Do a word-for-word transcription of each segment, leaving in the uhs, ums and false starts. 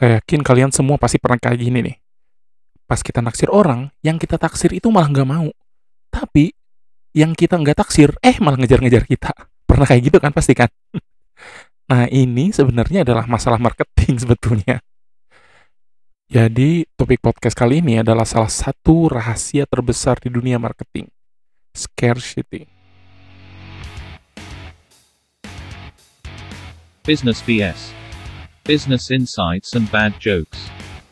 Saya yakin kalian semua pasti pernah kayak gini nih. Pas kita naksir orang, yang kita taksir itu malah nggak mau. Tapi, yang kita nggak taksir, eh malah ngejar-ngejar kita. Pernah kayak gitu kan pasti kan? Nah ini sebenarnya adalah masalah marketing sebetulnya. Jadi, topik podcast kali ini adalah salah satu rahasia terbesar di dunia marketing. Scarcity. Business B S. Business insights and bad jokes.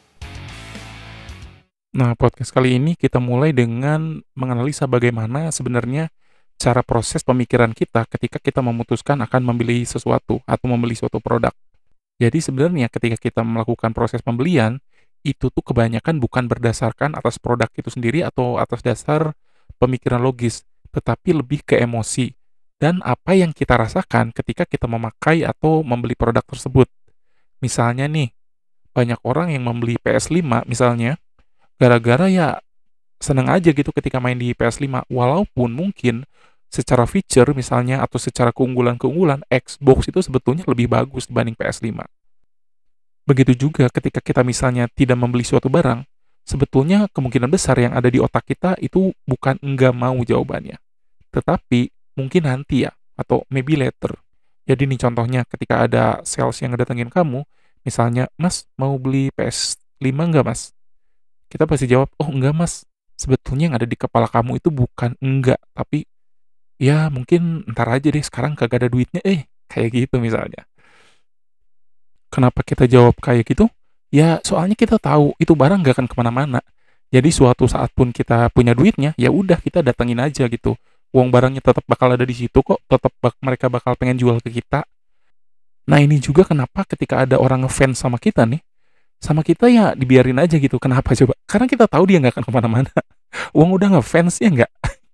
Nah, podcast kali ini kita mulai dengan menganalisa bagaimana sebenarnya cara proses pemikiran kita ketika kita memutuskan akan membeli sesuatu atau membeli suatu produk. Jadi sebenarnya ketika kita melakukan proses pembelian, itu tuh kebanyakan bukan berdasarkan atas produk itu sendiri atau atas dasar pemikiran logis, tetapi lebih ke emosi dan apa yang kita rasakan ketika kita memakai atau membeli produk tersebut. Misalnya nih, banyak orang yang membeli P S lima misalnya, gara-gara ya seneng aja gitu ketika main di P S lima, walaupun mungkin secara feature misalnya atau secara keunggulan-keunggulan, Xbox itu sebetulnya lebih bagus dibanding P S lima. Begitu juga ketika kita misalnya tidak membeli suatu barang, sebetulnya kemungkinan besar yang ada di otak kita itu bukan enggak mau jawabannya, tetapi mungkin nanti ya, atau maybe later. Jadi nih contohnya ketika ada sales yang ngedatengin kamu, misalnya, "Mas, mau beli P S lima nggak, Mas?" Kita pasti jawab, "Oh, enggak, Mas." Sebetulnya yang ada di kepala kamu itu bukan enggak, tapi ya mungkin ntar aja deh, sekarang kagak ada duitnya, eh, kayak gitu misalnya. Kenapa kita jawab kayak gitu? Ya soalnya kita tahu itu barang nggak akan kemana-mana. Jadi suatu saat pun kita punya duitnya, ya udah kita datengin aja gitu. Uang barangnya tetap bakal ada di situ kok, tetap bak mereka bakal pengen jual ke kita. Nah ini juga kenapa ketika ada orang ngefans sama kita nih, sama kita ya dibiarin aja gitu. Kenapa coba? Karena kita tahu dia nggak akan kemana-mana. Uang udah ngefans ya nggak?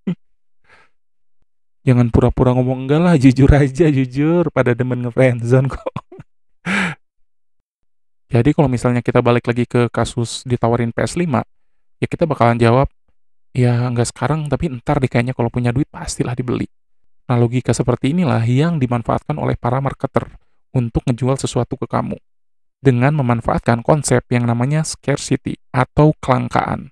Jangan pura-pura ngomong enggak lah, jujur aja, jujur. Pada demen ngefanzone kok. Jadi kalau misalnya kita balik lagi ke kasus ditawarin P S lima, ya kita bakalan jawab, ya nggak sekarang tapi ntar deh kayaknya kalau punya duit pastilah dibeli. Nah logika seperti inilah yang dimanfaatkan oleh para marketer untuk ngejual sesuatu ke kamu. Dengan memanfaatkan konsep yang namanya scarcity atau kelangkaan.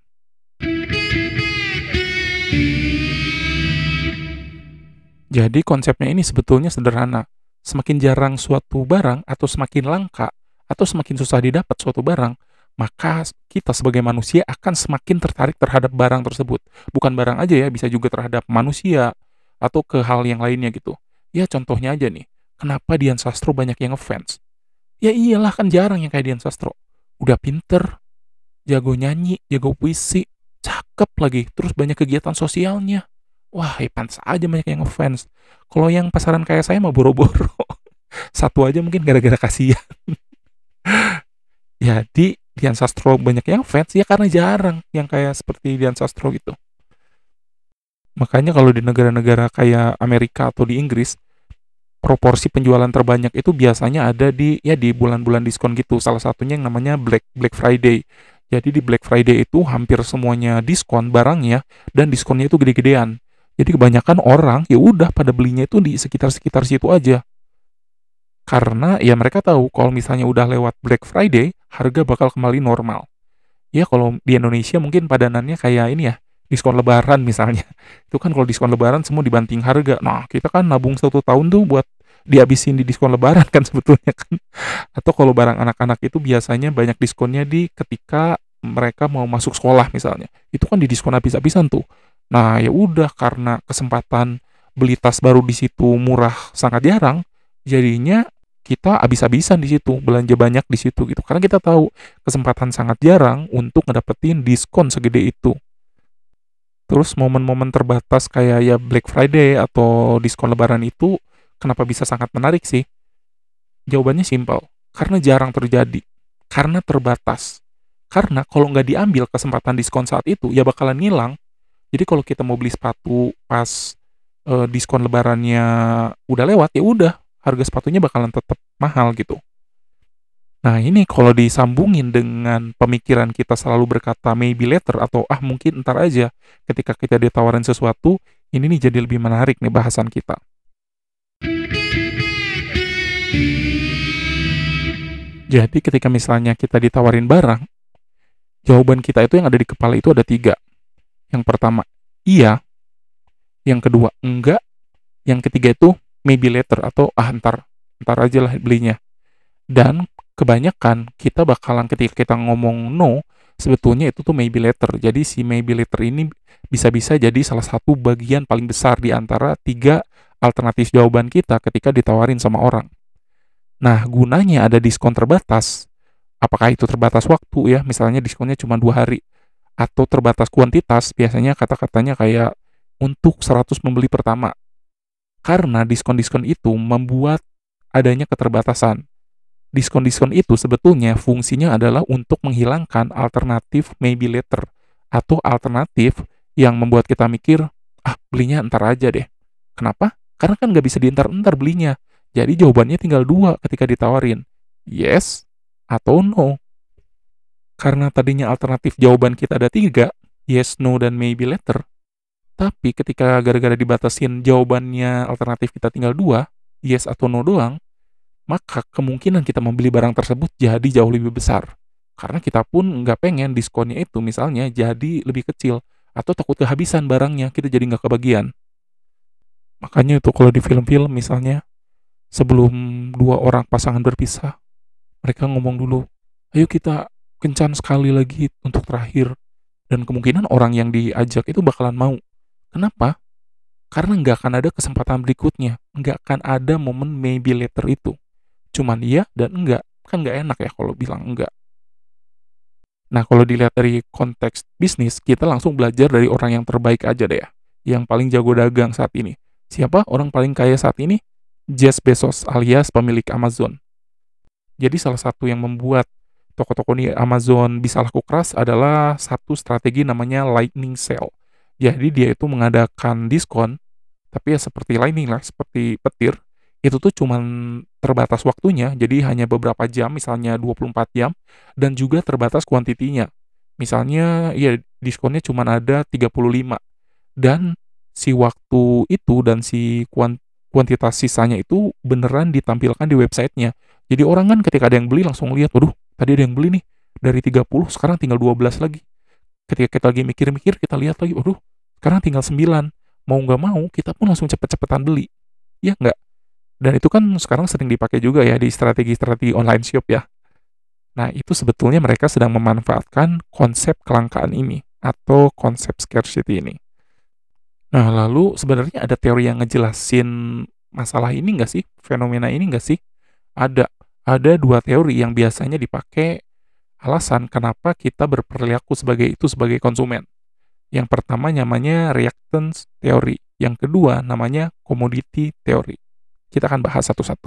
Jadi konsepnya ini sebetulnya sederhana. Semakin jarang suatu barang atau semakin langka atau semakin susah didapat suatu barang, maka kita sebagai manusia akan semakin tertarik terhadap barang tersebut. Bukan barang aja ya, bisa juga terhadap manusia atau ke hal yang lainnya gitu. Ya contohnya aja nih, kenapa Dian Sastro banyak yang ngefans? Ya iyalah kan jarang yang kayak Dian Sastro. Udah pinter, jago nyanyi, jago puisi, cakep lagi, terus banyak kegiatan sosialnya. Wah, ya pantas aja banyak yang ngefans. Kalau yang pasaran kayak saya mah boro-boro. Satu aja mungkin gara-gara kasihan. Jadi Dian Sastro banyak yang fans ya karena jarang yang kayak seperti Dian Sastro gitu. Makanya kalau di negara-negara kayak Amerika atau di Inggris, proporsi penjualan terbanyak itu biasanya ada di ya di bulan-bulan diskon gitu. Salah satunya yang namanya Black Black Friday. Jadi di Black Friday itu hampir semuanya diskon barangnya dan diskonnya itu gede-gedean. Jadi kebanyakan orang ya udah pada belinya itu di sekitar-sekitar situ aja. Karena ya mereka tahu kalau misalnya udah lewat Black Friday, harga bakal kembali normal. Ya kalau di Indonesia mungkin padanannya kayak ini ya, diskon lebaran misalnya. Itu kan kalau diskon lebaran semua dibanting harga. Nah, kita kan nabung satu tahun tuh buat dihabisin di diskon lebaran kan sebetulnya kan. Atau kalau barang anak-anak itu biasanya banyak diskonnya di ketika mereka mau masuk sekolah misalnya. Itu kan di diskon habis-habisan tuh. Nah, ya udah karena kesempatan beli tas baru di situ murah sangat jarang, jadinya kita habis-habisan di situ, belanja banyak di situ gitu. Karena kita tahu kesempatan sangat jarang untuk ngedapetin diskon segede itu. Terus momen-momen terbatas kayak ya Black Friday atau diskon lebaran itu kenapa bisa sangat menarik sih? Jawabannya simpel, karena jarang terjadi. Karena terbatas. Karena kalau nggak diambil kesempatan diskon saat itu, ya bakalan ngilang. Jadi kalau kita mau beli sepatu pas eh, diskon lebarannya udah lewat, ya udah harga sepatunya bakalan tetap mahal gitu. Nah ini kalau disambungin dengan pemikiran kita selalu berkata maybe later atau ah mungkin ntar aja ketika kita ditawarin sesuatu, ini nih jadi lebih menarik nih bahasan kita. Jadi ketika misalnya kita ditawarin barang, jawaban kita itu yang ada di kepala itu ada tiga. Yang pertama, iya. Yang kedua, enggak. Yang ketiga itu maybe later atau ah ntar, ntar aja lah belinya. Dan kebanyakan kita bakalan ketika kita ngomong no, sebetulnya itu tuh maybe later. Jadi si maybe later ini bisa-bisa jadi salah satu bagian paling besar di antara tiga alternatif jawaban kita ketika ditawarin sama orang. Nah, gunanya ada diskon terbatas. Apakah itu terbatas waktu ya, misalnya diskonnya cuma dua hari. Atau terbatas kuantitas, biasanya kata-katanya kayak untuk seratus pembeli pertama. Karena diskon-diskon itu membuat adanya keterbatasan. Diskon-diskon itu sebetulnya fungsinya adalah untuk menghilangkan alternatif maybe later atau alternatif yang membuat kita mikir, ah belinya ntar aja deh. Kenapa? Karena kan nggak bisa diantar-entar belinya. Jadi jawabannya tinggal dua ketika ditawarin, yes atau no. Karena tadinya alternatif jawaban kita ada tiga, yes, no, dan maybe later. Tapi ketika gara-gara dibatasin jawabannya alternatif kita tinggal dua, yes atau no doang, maka kemungkinan kita membeli barang tersebut jadi jauh lebih besar. Karena kita pun nggak pengen diskonnya itu misalnya jadi lebih kecil, atau takut kehabisan barangnya, kita jadi nggak kebagian. Makanya itu kalau di film-film misalnya, sebelum dua orang pasangan berpisah, mereka ngomong dulu, ayo kita kencan sekali lagi untuk terakhir. Dan kemungkinan orang yang diajak itu bakalan mau. Kenapa? Karena nggak akan ada kesempatan berikutnya. Nggak akan ada momen maybe later itu. Cuman iya dan enggak. Kan nggak enak ya kalau bilang enggak. Nah, kalau dilihat dari konteks bisnis, kita langsung belajar dari orang yang terbaik aja deh ya. Yang paling jago dagang saat ini. Siapa orang paling kaya saat ini? Jeff Bezos alias pemilik Amazon. Jadi salah satu yang membuat toko-toko di Amazon bisa laku keras adalah satu strategi namanya lightning sale. Jadi dia itu mengadakan diskon, tapi ya seperti lightning lah, seperti petir. Itu tuh cuman terbatas waktunya, jadi hanya beberapa jam, misalnya dua puluh empat jam, dan juga terbatas kuantitinya. Misalnya ya diskonnya cuman ada tiga puluh lima. Dan si waktu itu dan si kuant kuantitas sisanya itu beneran ditampilkan di websitenya. Jadi orang kan ketika ada yang beli langsung lihat, waduh, tadi ada yang beli nih, dari tiga puluh sekarang tinggal dua belas lagi. Ketika kita lagi mikir-mikir, kita lihat lagi, waduh, sekarang tinggal sembilan. Mau nggak mau, kita pun langsung cepet-cepetan beli. Ya nggak? Dan itu kan sekarang sering dipakai juga ya di strategi-strategi online shop ya. Nah, itu sebetulnya mereka sedang memanfaatkan konsep kelangkaan ini, atau konsep scarcity ini. Nah, lalu sebenarnya ada teori yang ngejelasin masalah ini nggak sih? Fenomena ini nggak sih? Ada. Ada dua teori yang biasanya dipakai alasan kenapa kita berperilaku sebagai itu sebagai konsumen. Yang pertama namanya reactance theory. Yang kedua namanya commodity theory. Kita akan bahas satu-satu.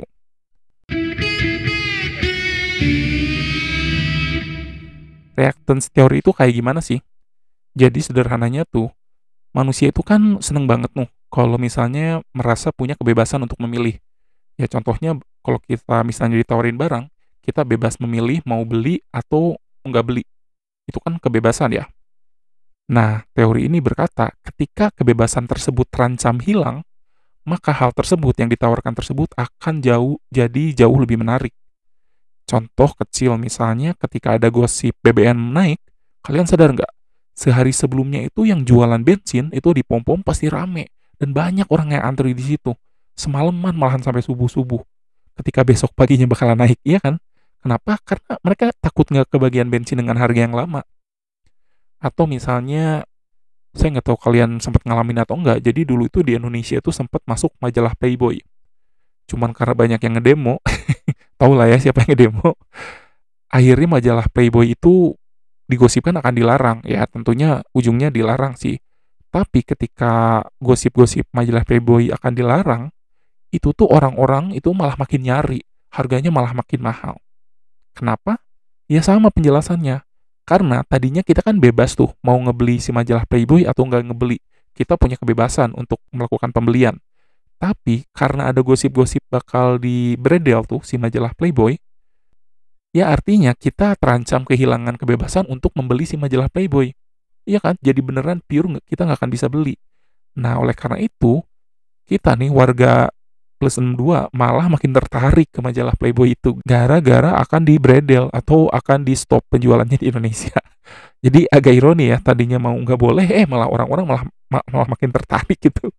Reactance theory itu kayak gimana sih? Jadi sederhananya tuh, manusia itu kan seneng banget nuh kalau misalnya merasa punya kebebasan untuk memilih. Ya contohnya kalau kita misalnya ditawarin barang, kita bebas memilih mau beli atau nggak beli. Itu kan kebebasan ya. Nah, teori ini berkata ketika kebebasan tersebut terancam hilang, maka hal tersebut yang ditawarkan tersebut akan jauh jadi jauh lebih menarik. Contoh kecil misalnya ketika ada gosip B B M naik, kalian sadar nggak? Sehari sebelumnya itu yang jualan bensin itu di pom-pom pasti rame dan banyak orang yang antri di situ. Semalaman malahan sampai subuh-subuh. Ketika besok paginya bakalan naik, iya kan? Kenapa? Karena mereka takut nggak kebagian bensin dengan harga yang lama. Atau misalnya, saya nggak tahu kalian sempat ngalamin atau enggak, jadi dulu itu di Indonesia itu sempat masuk majalah Playboy. Cuman karena banyak yang ngedemo, tau lah ya siapa yang ngedemo, akhirnya majalah Playboy itu digosipkan akan dilarang. Ya tentunya ujungnya dilarang sih. Tapi ketika gosip-gosip majalah Playboy akan dilarang, itu tuh orang-orang itu malah makin nyari, harganya malah makin mahal. Kenapa? Ya sama penjelasannya. Karena tadinya kita kan bebas tuh mau ngebeli si majalah Playboy atau nggak ngebeli. Kita punya kebebasan untuk melakukan pembelian. Tapi karena ada gosip-gosip bakal dibredel tuh si majalah Playboy, ya artinya kita terancam kehilangan kebebasan untuk membeli si majalah Playboy. Iya kan? Jadi beneran pure kita nggak akan bisa beli. Nah oleh karena itu, kita nih warga plus enam puluh dua malah makin tertarik ke majalah Playboy itu gara-gara akan di-bredel atau akan di-stop penjualannya di Indonesia. Jadi agak ironi ya, tadinya mau nggak boleh, eh malah orang-orang malah ma- malah makin tertarik gitu.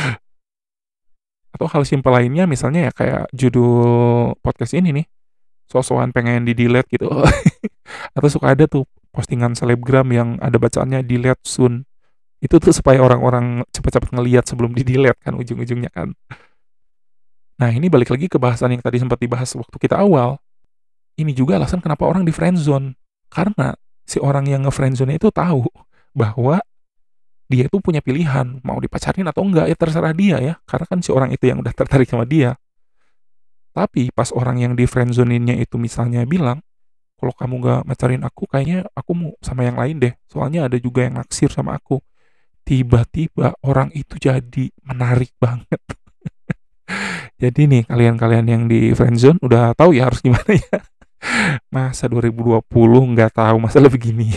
Atau hal simpel lainnya misalnya ya kayak judul podcast ini nih, so-soan pengen di-delete gitu. Atau suka ada tuh postingan selebgram yang ada bacaannya delete soon. Itu tuh supaya orang-orang cepat-cepat ngelihat sebelum di-delete kan ujung-ujungnya kan. Nah, ini balik lagi ke bahasan yang tadi sempat dibahas waktu kita awal. Ini juga alasan kenapa orang di friendzone. Karena si orang yang nge-friendzone itu tahu bahwa dia itu punya pilihan, mau dipacarin atau enggak, ya terserah dia ya. Karena kan si orang itu yang udah tertarik sama dia. Tapi pas orang yang di friendzone-nya itu misalnya bilang, kalau kamu nggak pacarin aku, kayaknya aku mau sama yang lain deh. Soalnya ada juga yang naksir sama aku. Tiba-tiba orang itu jadi menarik banget. Jadi nih kalian-kalian yang di friendzone udah tahu ya harus gimana ya. Masa dua ribu dua puluh nggak tahu masalah begini.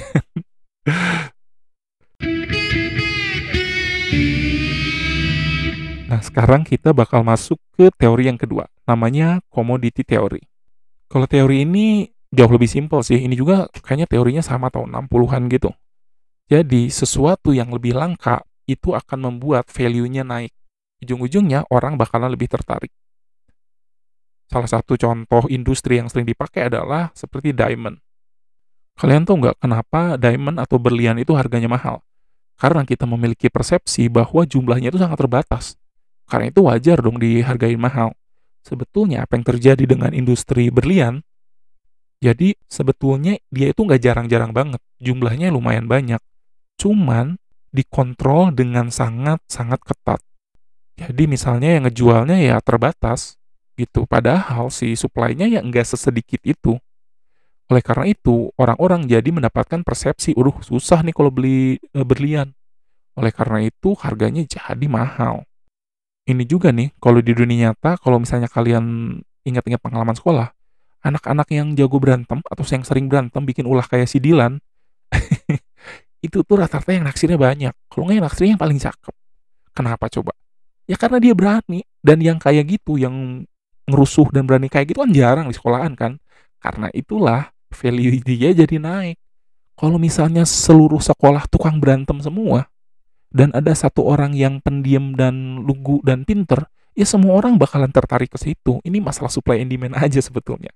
Nah sekarang kita bakal masuk ke teori yang kedua. Namanya commodity theory. Kalau teori ini jauh lebih simpel sih. Ini juga kayaknya teorinya sama tahun enam puluhan gitu. Jadi sesuatu yang lebih langka itu akan membuat value-nya naik. Ujung-ujungnya orang bakalan lebih tertarik. Salah satu contoh industri yang sering dipakai adalah seperti diamond. Kalian tahu nggak kenapa diamond atau berlian itu harganya mahal? Karena kita memiliki persepsi bahwa jumlahnya itu sangat terbatas. Karena itu wajar dong dihargai mahal. Sebetulnya apa yang terjadi dengan industri berlian, jadi sebetulnya dia itu nggak jarang-jarang banget. Jumlahnya lumayan banyak. Cuman dikontrol dengan sangat-sangat ketat. Jadi misalnya yang ngejualnya ya terbatas gitu. Padahal si supply-nya ya nggak sesedikit itu. Oleh karena itu, orang-orang jadi mendapatkan persepsi, udah susah nih kalau beli e, berlian. Oleh karena itu, harganya jadi mahal. Ini juga nih, kalau di dunia nyata, kalau misalnya kalian ingat-ingat pengalaman sekolah, anak-anak yang jago berantem atau yang sering berantem bikin ulah kayak si Dilan, itu tuh rata-rata yang naksirnya banyak. Kalau nggak yang naksirnya yang paling cakep. Kenapa coba? Ya karena dia berani. Dan yang kayak gitu, yang ngerusuh dan berani kayak gitu kan jarang di sekolahan kan. Karena itulah value dia jadi naik. Kalau misalnya seluruh sekolah tukang berantem semua, dan ada satu orang yang pendiam dan lugu dan pinter, ya semua orang bakalan tertarik ke situ. Ini masalah supply and demand aja sebetulnya.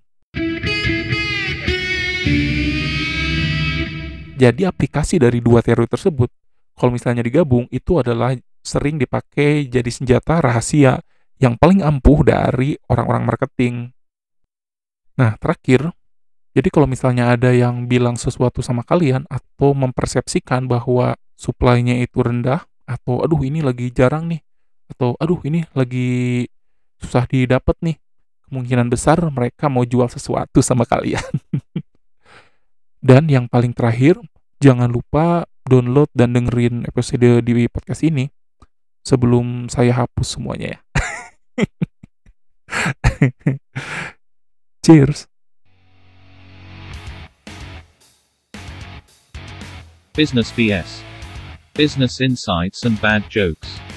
Jadi aplikasi dari dua teori tersebut, kalau misalnya digabung, itu adalah sering dipakai jadi senjata rahasia yang paling ampuh dari orang-orang marketing. Nah, terakhir, jadi kalau misalnya ada yang bilang sesuatu sama kalian atau mempersepsikan bahwa supply-nya itu rendah, atau aduh ini lagi jarang nih, atau aduh ini lagi susah didapat nih, kemungkinan besar mereka mau jual sesuatu sama kalian. Dan yang paling terakhir, jangan lupa download dan dengerin episode di podcast ini sebelum saya hapus semuanya ya. Cheers. Business B S. Business insights and bad jokes.